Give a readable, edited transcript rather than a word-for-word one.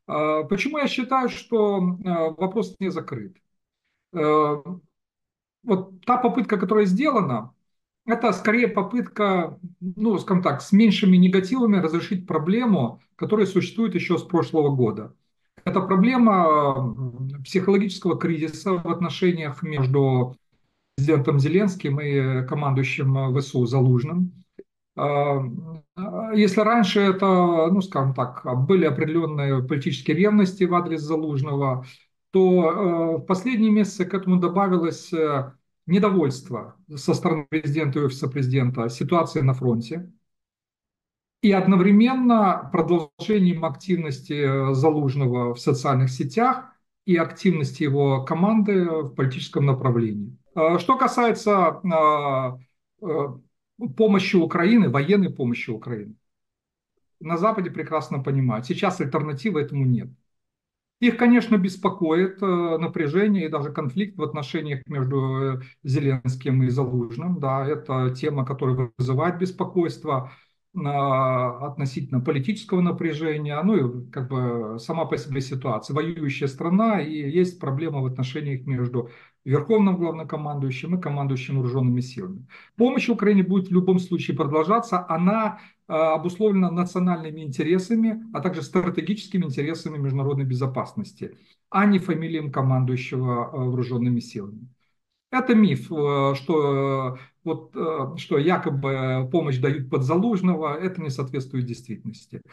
Почему я считаю, что вопрос не закрыт? Э, Вот та попытка, которая сделана, это скорее попытка, ну, скажем так, с меньшими негативами разрешить проблему, которая существует еще с прошлого года. Это проблема психологического кризиса в отношениях между президентом Зеленским и командующим ВСУ Залужным. А, Если раньше это, ну, скажем так, были определенные политические ревности в адрес Залужного, то в последние месяцы к этому добавилось недовольство со стороны президента и офиса президента ситуацией на фронте и одновременно продолжением активности Залужного в социальных сетях и активности его команды в политическом направлении. Что касается помощи Украины, военной помощи Украины, на Западе прекрасно понимают, сейчас альтернативы этому нет. Их, конечно, беспокоит напряжение и даже конфликт в отношениях между Зеленским и Залужным. Да, это тема, которая вызывает беспокойство относительно политического напряжения, ну и как бы сама по себе ситуация. Воюющая страна, и есть проблема в отношениях между Верховным главнокомандующим и командующим вооруженными силами. Помощь Украине будет в любом случае продолжаться. Она обусловлена национальными интересами, а также стратегическими интересами международной безопасности, а не фамилиям командующего вооруженными силами. Это миф, что якобы помощь дают под Залужного, это не соответствует действительности.